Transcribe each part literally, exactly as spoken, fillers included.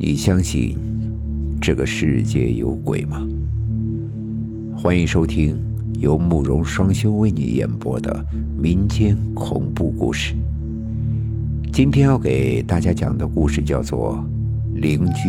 你相信这个世界有鬼吗？欢迎收听由慕容双修为你演播的民间恐怖故事。今天要给大家讲的故事叫做邻居。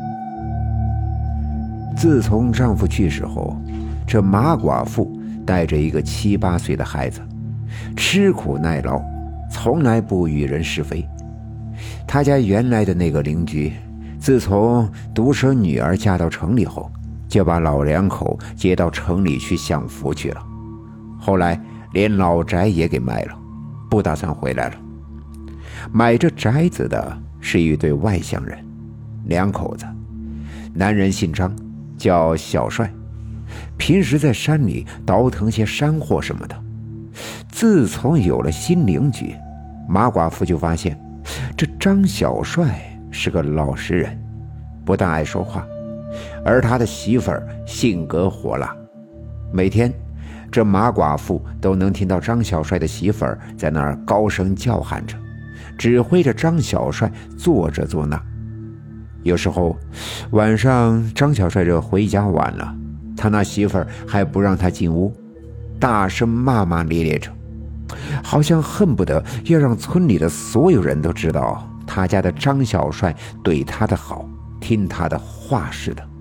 自从丈夫去世后，这马寡妇带着一个七八岁的孩子，吃苦耐劳，从来不与人是非。他家原来的那个邻居，自从独生女儿嫁到城里后，就把老两口接到城里去享福去了。后来连老宅也给卖了，不打算回来了。买这宅子的是一对外乡人，两口子，男人姓张，叫小帅，平时在山里倒腾些山货什么的。自从有了新邻居，马寡妇就发现这张小帅是个老实人，不但爱说话，而他的媳妇儿性格火辣。每天这马寡妇都能听到张小帅的媳妇儿在那儿高声叫喊着，指挥着张小帅做这做那。有时候晚上张小帅这回家晚了，他那媳妇儿还不让他进屋，大声骂骂咧咧着，好像恨不得要让村里的所有人都知道他家的张小帅对他的好，听他的话似的。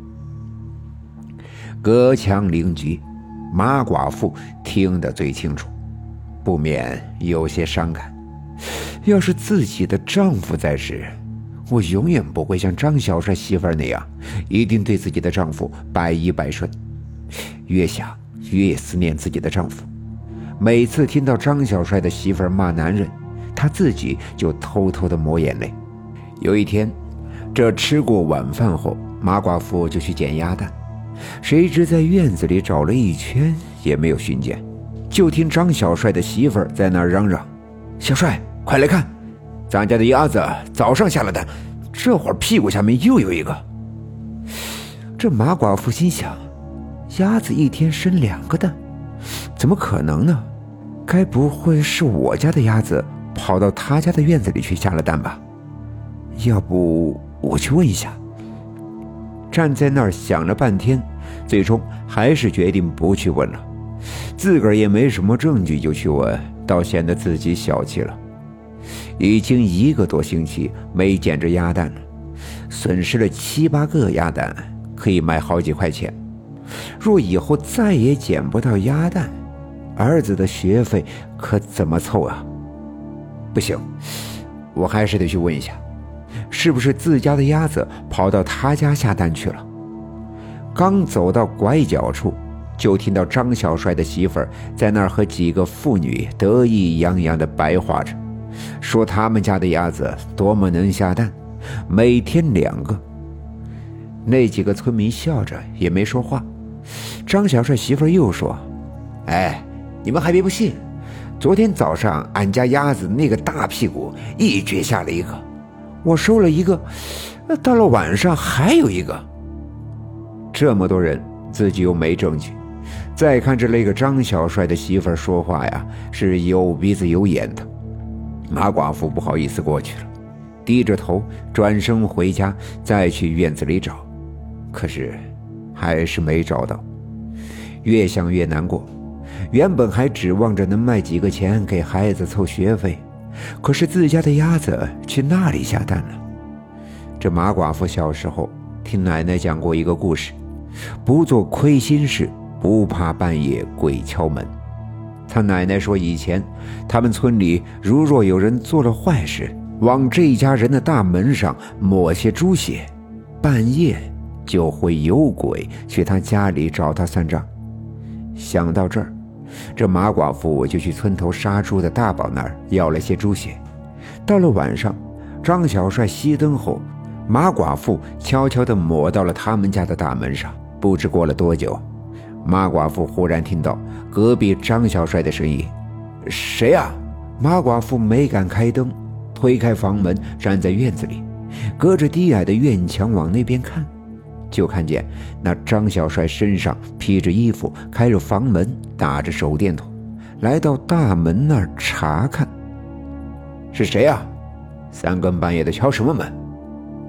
隔墙邻居，马寡妇听得最清楚，不免有些伤感。要是自己的丈夫在时，我永远不会像张小帅媳妇儿那样，一定对自己的丈夫百依百顺。越想越思念自己的丈夫，每次听到张小帅的媳妇儿骂男人，他自己就偷偷地抹眼泪。有一天，这吃过晚饭后，马寡妇就去捡鸭蛋，谁知在院子里找了一圈也没有寻见，就听张小帅的媳妇儿在那儿嚷嚷：“小帅，快来看，咱家的鸭子早上下了蛋，这会儿屁股下面又有一个。”这马寡妇心想，鸭子一天生两个蛋，怎么可能呢？该不会是我家的鸭子跑到他家的院子里去下了蛋吧？要不我去问一下。站在那儿想了半天，最终还是决定不去问了。自个儿也没什么证据就去问，倒显得自己小气了。已经一个多星期没捡着鸭蛋了，损失了七八个鸭蛋，可以卖好几块钱。若以后再也捡不到鸭蛋，儿子的学费可怎么凑啊？不行，我还是得去问一下，是不是自家的鸭子跑到他家下蛋去了。刚走到拐角处，就听到张小帅的媳妇儿在那儿和几个妇女得意洋洋地白话着，说他们家的鸭子多么能下蛋，每天两个。那几个村民笑着也没说话。张小帅媳妇儿又说：“哎，你们还别不信，昨天早上俺家鸭子那个大屁股一撅下了一个，我收了一个，到了晚上还有一个。”这么多人，自己又没证据，再看着那个张小帅的媳妇儿说话呀，是有鼻子有眼的。马寡妇不好意思过去了，低着头转身回家，再去院子里找，可是还是没找到。越想越难过，原本还指望着能卖几个钱给孩子凑学费，可是自家的鸭子去那里下蛋了。这马寡妇小时候听奶奶讲过一个故事，不做亏心事，不怕半夜鬼敲门。他奶奶说，以前他们村里如若有人做了坏事，往这家人的大门上抹些猪血，半夜就会有鬼去他家里找他算账。想到这儿，这马寡妇就去村头杀猪的大宝那儿要了些猪血。到了晚上，张小帅熄灯后，马寡妇悄悄地抹到了他们家的大门上。不知过了多久，马寡妇忽然听到隔壁张小帅的声音：“谁啊？”马寡妇没敢开灯，推开房门，站在院子里，隔着低矮的院墙往那边看，就看见那张小帅身上披着衣服，开着房门，打着手电筒，来到大门那儿查看。“是谁啊？三更半夜的敲什么门？”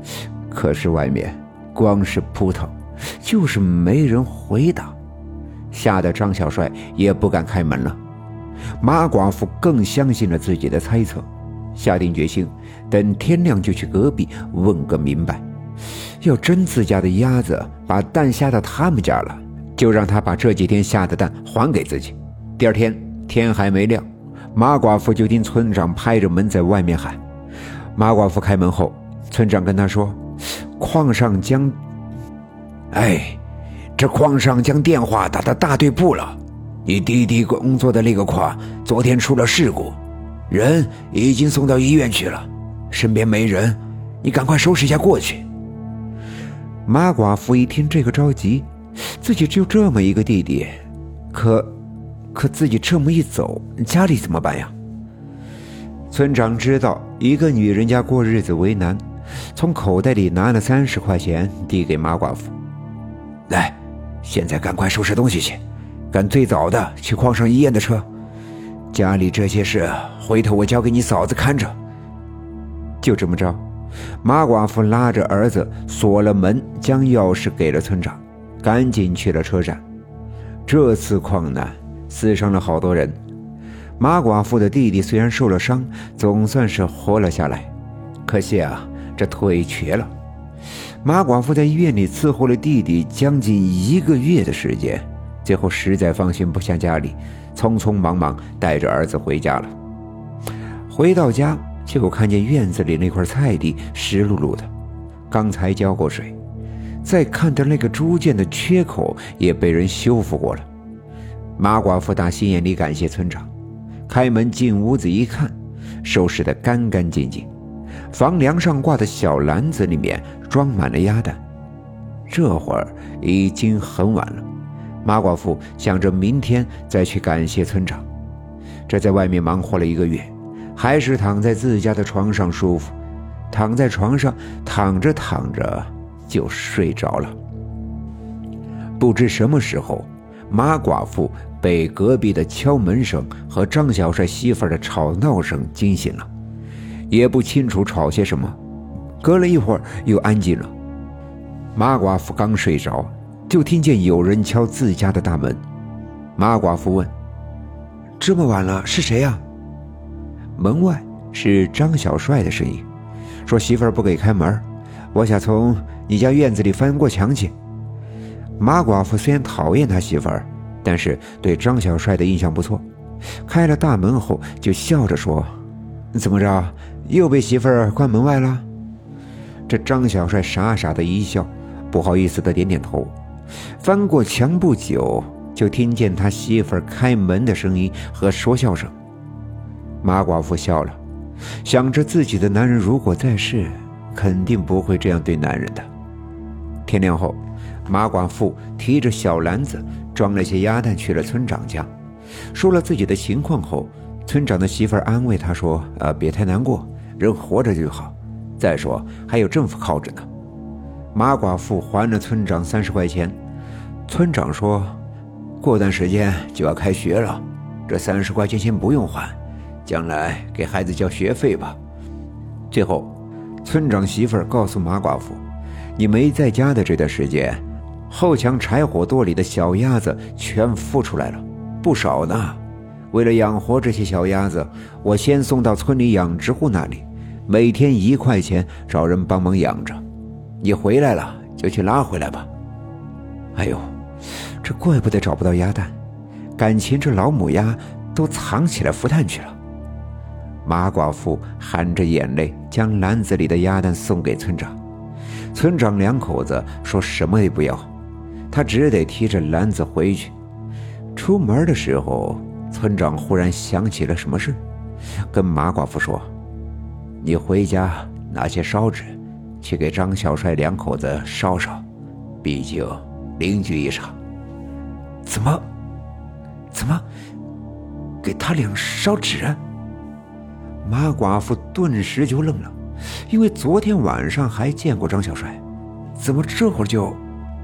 可是外面光是扑腾，就是没人回答，吓得张小帅也不敢开门了。马寡妇更相信了自己的猜测，下定决心等天亮就去隔壁问个明白。要真自家的鸭子把蛋下到他们家了，就让他把这几天下的蛋还给自己。第二天天还没亮，马寡妇就听村长拍着门在外面喊。马寡妇开门后，村长跟他说，矿上将哎，这矿上将电话打到大队部了，你弟弟工作的那个矿昨天出了事故，人已经送到医院去了，身边没人，你赶快收拾一下过去。马寡妇一听这个着急，自己只有这么一个弟弟，可可自己这么一走，家里怎么办呀？村长知道一个女人家过日子为难，从口袋里拿了三十块钱递给马寡妇，来，现在赶快收拾东西去，赶最早的去矿上医院的车，家里这些事回头我交给你嫂子看着。就这么着，马寡妇拉着儿子锁了门，将钥匙给了村长，赶紧去了车站。这次矿难，死伤了好多人。马寡妇的弟弟虽然受了伤，总算是活了下来，可惜啊，这腿瘸了。马寡妇在医院里伺候了弟弟将近一个月的时间，最后实在放心不下家里，匆匆忙忙带着儿子回家了。回到家就看见院子里那块菜地湿漉漉的，刚才浇过水，再看到那个猪圈的缺口也被人修复过了。马寡妇打心眼里感谢村长，开门进屋子一看，收拾得干干净净，房梁上挂的小篮子里面装满了鸭蛋。这会儿已经很晚了，马寡妇想着明天再去感谢村长。这在外面忙活了一个月，还是躺在自家的床上舒服，躺在床上躺着躺着就睡着了。不知什么时候，马寡妇被隔壁的敲门声和张小帅媳妇儿的吵闹声惊醒了，也不清楚吵些什么，隔了一会儿又安静了。马寡妇刚睡着，就听见有人敲自家的大门。马寡妇问，这么晚了是谁呀？门外是张小帅的声音，说媳妇儿不给开门，我想从你家院子里翻过墙去。马寡妇虽然讨厌他媳妇儿，但是对张小帅的印象不错，开了大门后就笑着说，怎么着，又被媳妇儿关门外了？这张小帅傻傻的一笑，不好意思的点点头。翻过墙不久，就听见他媳妇儿开门的声音和说笑声。马寡妇笑了，想着自己的男人如果在世，肯定不会这样对男人的。天亮后，马寡妇提着小篮子装了些鸭蛋去了村长家，说了自己的情况后，村长的媳妇儿安慰他说，呃，别太难过，人活着就好，再说还有政府靠着呢。马寡妇还了村长三十块钱，村长说，过段时间就要开学了，这三十块钱先不用还，将来给孩子交学费吧。最后，村长媳妇儿告诉马寡妇，你没在家的这段时间，后墙柴火垛里的小鸭子全孵出来了，不少呢。为了养活这些小鸭子，我先送到村里养殖户那里，每天一块钱找人帮忙养着，你回来了就去拉回来吧。哎呦，这怪不得找不到鸭蛋，感情这老母鸭都藏起来孵蛋去了。马寡妇含着眼泪将篮子里的鸭蛋送给村长，村长两口子说什么也不要，他只得提着篮子回去。出门的时候，村长忽然想起了什么事，跟马寡妇说，你回家拿些烧纸去给张小帅两口子烧烧，毕竟邻居一场。怎么怎么给他俩烧纸？马寡妇顿时就愣了，因为昨天晚上还见过张小帅，怎么这会儿就……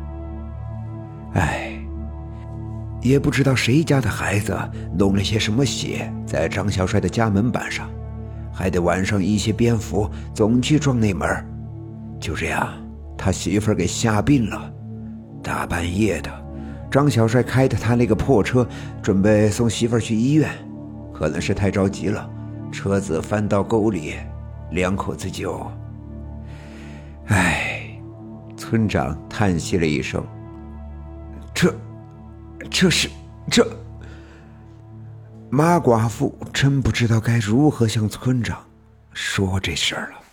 哎，也不知道谁家的孩子弄了些什么血在张小帅的家门板上，还得晚上一些蝙蝠总去撞那门，就这样他媳妇儿给吓病了。大半夜的，张小帅开的他那个破车，准备送媳妇儿去医院，可能是太着急了，车子翻到沟里，两口子就……唉，村长叹息了一声。这，这是这……马寡妇真不知道该如何向村长说这事儿了。